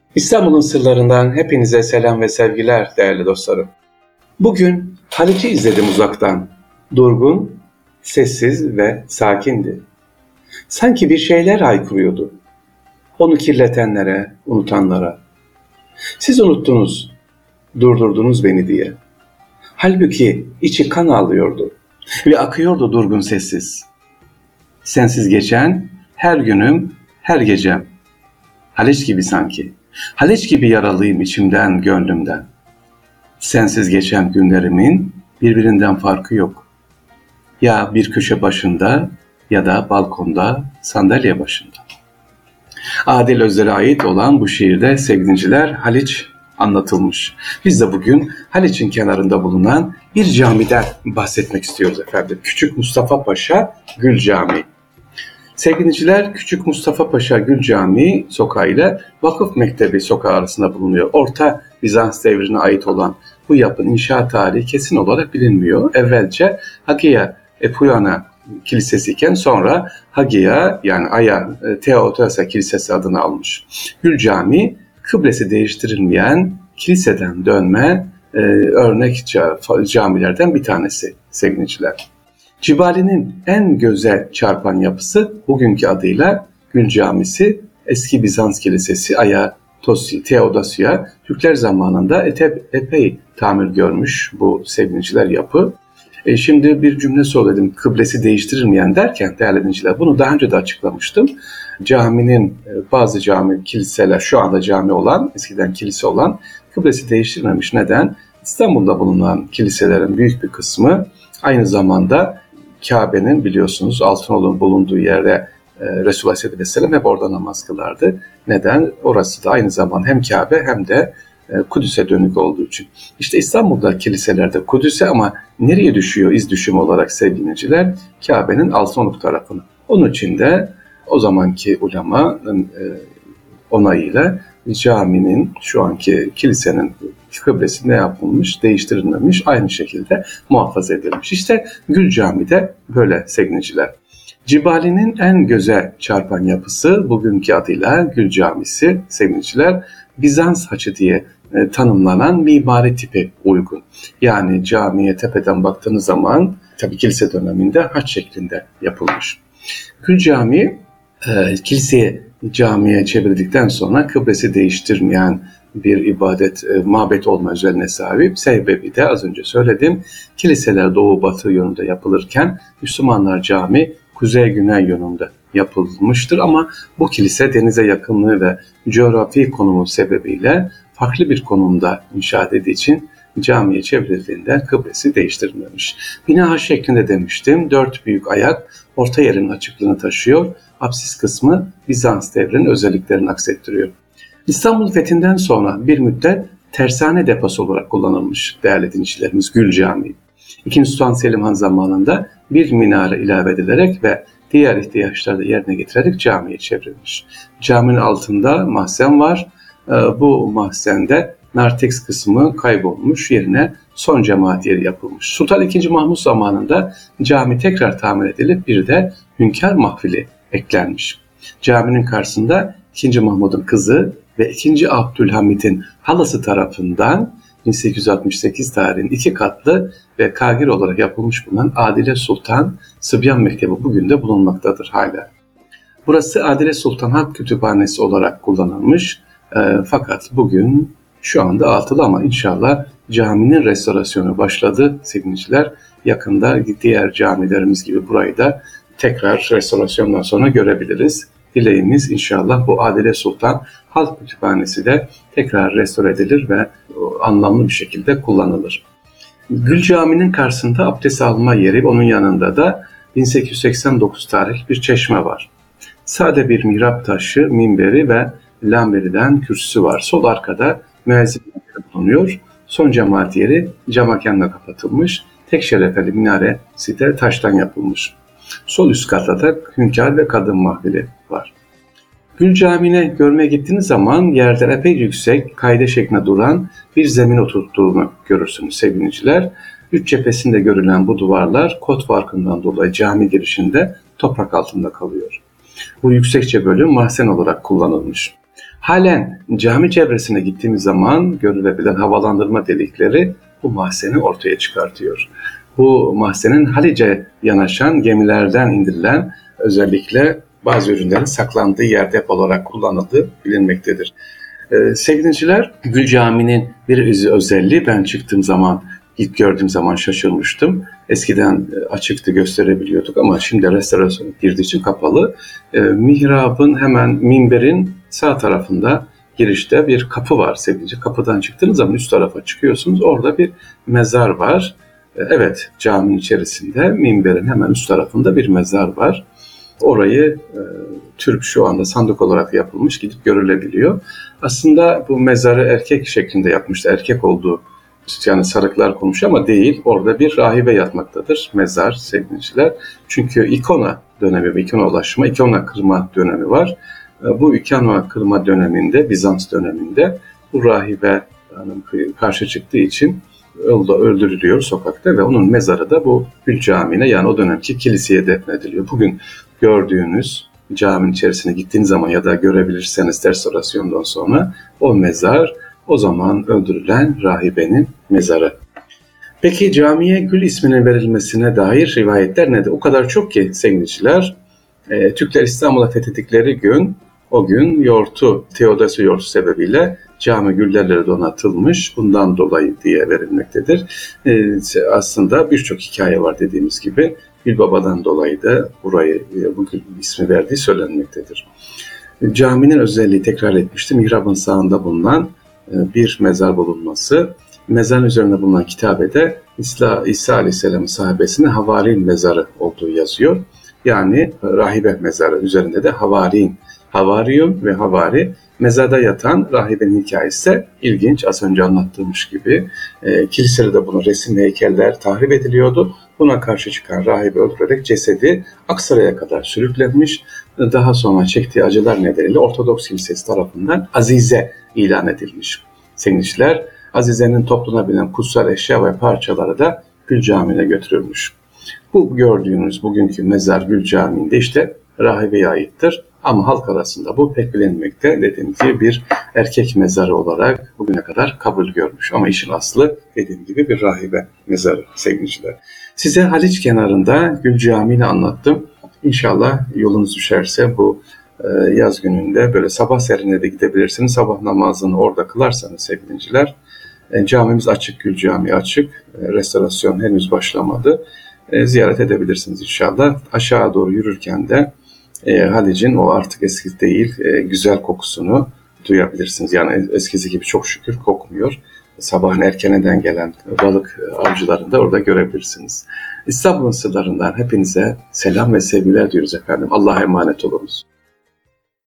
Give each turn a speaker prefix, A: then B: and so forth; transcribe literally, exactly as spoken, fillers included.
A: İstanbul'un sırlarından hepinize selam ve sevgiler değerli dostlarım. Bugün Haliç'i izledim uzaktan. Durgun, sessiz ve sakindi. Sanki bir şeyler haykırıyordu. Onu kirletenlere, unutanlara. Siz unuttunuz, durdurdunuz beni diye. Halbuki içi kan ağlıyordu ve akıyordu durgun sessiz. Sensiz geçen her günüm, her gecem. Haliç gibi sanki. Haliç gibi yaralıyım içimden, gönlümden. Sensiz geçen günlerimin birbirinden farkı yok. Ya bir köşe başında ya da balkonda, sandalye başında. Adil Özler'e ait olan bu şiirde sevgiliciler Haliç anlatılmış. Biz de bugün Haliç'in kenarında bulunan bir camiden bahsetmek istiyoruz efendim. Küçük Mustafa Paşa Gül Camii. Sevgiliciler Küçük Mustafa Paşa Gül Camii sokağı ile Vakıf Mektebi sokağı arasında bulunuyor. Orta Bizans devrine ait olan bu yapının inşaat tarihi kesin olarak bilinmiyor. Evvelce Hagia Epuyana Kilisesi iken sonra Hagia yani Aya Theodosias Kilisesi adını almış. Gül Camii kıblesi değiştirilmeyen kiliseden dönme e, örnek camilerden bir tanesi sevgiliciler. Cibali'nin en göze çarpan yapısı bugünkü adıyla Gül Camisi, eski Bizans Kilisesi Aya Theodosiya, Türkler zamanında ete, epey tamir görmüş bu sevgiliciler yapı. E şimdi bir cümle söyledim, kıblesi değiştirilmeyen derken değerli dinleyiciler, bunu daha önce de açıklamıştım. Caminin bazı cami, kiliseler şu anda cami olan, eskiden kilise olan kıblesi değiştirmemiş. Neden? İstanbul'da bulunan kiliselerin büyük bir kısmı aynı zamanda Kabe'nin biliyorsunuz Altınordu'nun bulunduğu yerde e, Resulullah Aleyhisselatü Vesselam hep orada namaz kılardı. Neden? Orası da aynı zamanda hem Kabe hem de e, Kudüs'e dönük olduğu için. İşte İstanbul'da kiliselerde Kudüs'e ama nereye düşüyor iz düşümü olarak sevgili dinleyiciler? Kabe'nin Altınordu tarafına. Onun için de o zamanki ulemanın e, onayıyla caminin şu anki kilisenin kıblesi ne yapılmış? Değiştirilmemiş. Aynı şekilde muhafaza edilmiş. İşte Gül Camii de böyle sevgiliciler. Cibali'nin en göze çarpan yapısı bugünkü adıyla Gül Camisi sevgiliciler. Bizans haçı diye e, tanımlanan mimari tipi uygun. Yani camiye tepeden baktığınız zaman tabii kilise döneminde haç şeklinde yapılmış. Gül Camii e, kiliseye camiye çevirdikten sonra kıblesi değiştirmeyen bir ibadet, e, mabet olma üzerine sahip. Sebebi de az önce söyledim. Kiliseler doğu batı yönünde yapılırken Müslümanlar cami kuzey güney yönünde yapılmıştır. Ama bu kilise denize yakınlığı ve coğrafi konumu sebebiyle farklı bir konumda inşaat edildiği için camiye çevrildiğinde kıblesi değiştirilmemiş. Bina şeklinde demiştim. Dört büyük ayak orta yerin açıklığını taşıyor. Apsis kısmı Bizans devrinin özelliklerini aksettiriyor. İstanbul fethinden sonra bir müddet tersane deposu olarak kullanılmış değerli dinleyicilerimiz Gül Camii. İkinci Sultan Selim Han zamanında bir minare ilave edilerek ve diğer ihtiyaçları da yerine getirerek camiye çevrilmiş. Caminin altında mahzen var. Bu mahzende narteks kısmı kaybolmuş, yerine son cemaat yeri yapılmış. Sultan ikinci. Mahmud zamanında cami tekrar tamir edilip bir de hünkâr mahfili eklenmiş. Caminin karşısında ikinci. Mahmud'un kızı ve ikinci. Abdülhamid'in halası tarafından bin sekiz yüz altmış sekiz tarihinde iki katlı ve kagir olarak yapılmış bulunan Adile Sultan Sıbyan Mektebi bugün de bulunmaktadır hala. Burası Adile Sultan Halk Kütüphanesi olarak kullanılmış. E, fakat bugün şu anda atıl ama inşallah caminin restorasyonu başladı sevgiliciler. Yakında diğer camilerimiz gibi burayı da tekrar restorasyondan sonra görebiliriz. Dileğimiz inşallah bu Adile Sultan Halk Kütüphanesi de tekrar restore edilir ve anlamlı bir şekilde kullanılır. Gül Camii'nin karşısında abdest alma yeri, onun yanında da bin sekiz yüz seksen dokuz tarihli bir çeşme var. Sade bir mihrap taşı, minberi ve lamberiden kürsüsü var. Sol arkada müezzin bulunuyor. Son cemaat yeri camakenle kapatılmış. Tek şerefeli minaresi de taştan yapılmış. Sol üst katta da hünkâr ve kadın mahfili var. Gül Camii'ne görmeye gittiğiniz zaman yerden epey yüksek, kayde şeklinde duran bir zemin oturttuğunu görürsünüz sevgiliciler. Üç cephesinde görülen bu duvarlar kod farkından dolayı cami girişinde toprak altında kalıyor. Bu yüksekçe bölüm mahzen olarak kullanılmış. Halen cami çevresine gittiğimiz zaman görülebilen havalandırma delikleri bu mahzeni ortaya çıkartıyor. Bu mahzenin Halice yanaşan gemilerden indirilen, özellikle bazı ürünlerin saklandığı yer depo olarak kullanıldığı bilinmektedir. Ee, sevgili dinleyiciler, Gül Camii'nin bir özelliği, ben çıktığım zaman, ilk gördüğüm zaman şaşırmıştım. Eskiden açıktı, gösterebiliyorduk ama şimdi restorasyon girdiği için kapalı. Ee, mihrabın hemen minberin sağ tarafında girişte bir kapı var sevgili. Kapıdan çıktığınız zaman üst tarafa çıkıyorsunuz. Orada bir mezar var. Ee, evet, caminin içerisinde minberin hemen üst tarafında bir mezar var. Orayı e, Türk şu anda sandık olarak yapılmış, gidip görülebiliyor. Aslında bu mezarı erkek şeklinde yapmıştı. Erkek olduğu, yani sarıklar konmuş ama değil. Orada bir rahibe yatmaktadır. Mezar sevgiliciler. Çünkü ikona dönemi, ikona ulaşma, ikona kırma dönemi var. Bu ikona kırma döneminde, Bizans döneminde bu rahibe hanım karşı çıktığı için öldürülüyor sokakta ve onun mezarı da bu Gül Camii'ne, yani o dönemki kiliseye defnediliyor. Bugün gördüğünüz caminin içerisine gittiğiniz zaman ya da görebilirseniz restorasyondan sonra o mezar o zaman öldürülen rahibenin mezarı. Peki camiye Gül isminin verilmesine dair rivayetler nedir? O kadar çok ki sevgiliciler, e, Türkler İstanbul'a fethettikleri gün, o gün yortu, Teodosya yortu sebebiyle cami güllerle donatılmış, bundan dolayı diye verilmektedir. E, aslında birçok hikaye var dediğimiz gibi. Gül Baba'dan dolayı da burayı, bu Gül ismi verdiği söylenmektedir. Caminin özelliği, tekrar etmiştim, mihrabın sağında bulunan bir mezar bulunması. Mezarın üzerinde bulunan kitabede İsa, İsa Aleyhisselam'ın sahabesine Havari'nin mezarı olduğu yazıyor. Yani rahibe mezarı, üzerinde de Havari'nin, Havariyum ve Havari, mezarda yatan rahibenin hikayesi de ilginç. Az önce anlattığımız gibi e, kiliselerde bunun resim ve heykeller tahrip ediliyordu. Buna karşı çıkan rahibe öldürerek cesedi Aksaray'a kadar sürüklenmiş. Daha sonra çektiği acılar nedeniyle Ortodoks Kilisesi tarafından azize ilan edilmiş. Sevgiliciler, azizenin toplanılan kutsal eşya ve parçaları da Gül Camii'ne götürülmüş. Bu gördüğünüz bugünkü mezar Gül Camii'nde işte rahibeye aittir. Ama halk arasında bu pek bilinmekte, dediğim gibi bir erkek mezarı olarak bugüne kadar kabul görmüş. Ama işin aslı dediğim gibi bir rahibe mezarı sevgiliciler. Size Haliç kenarında Gül Camii'ni anlattım. İnşallah yolunuz düşerse bu yaz gününde böyle sabah serine de gidebilirsiniz. Sabah namazını orada kılarsanız sevgiliciler, camimiz açık, Gül Camii açık. Restorasyon henüz başlamadı. Ziyaret edebilirsiniz inşallah. Aşağı doğru yürürken de E, Halic'in o artık eski değil, e, güzel kokusunu duyabilirsiniz. Yani eskisi gibi çok şükür kokmuyor. Sabahın erkeninden gelen balık avcılarını da orada görebilirsiniz. İstanbul'un sırlarından hepinize selam ve sevgiler diyoruz efendim. Allah'a emanet olunuz.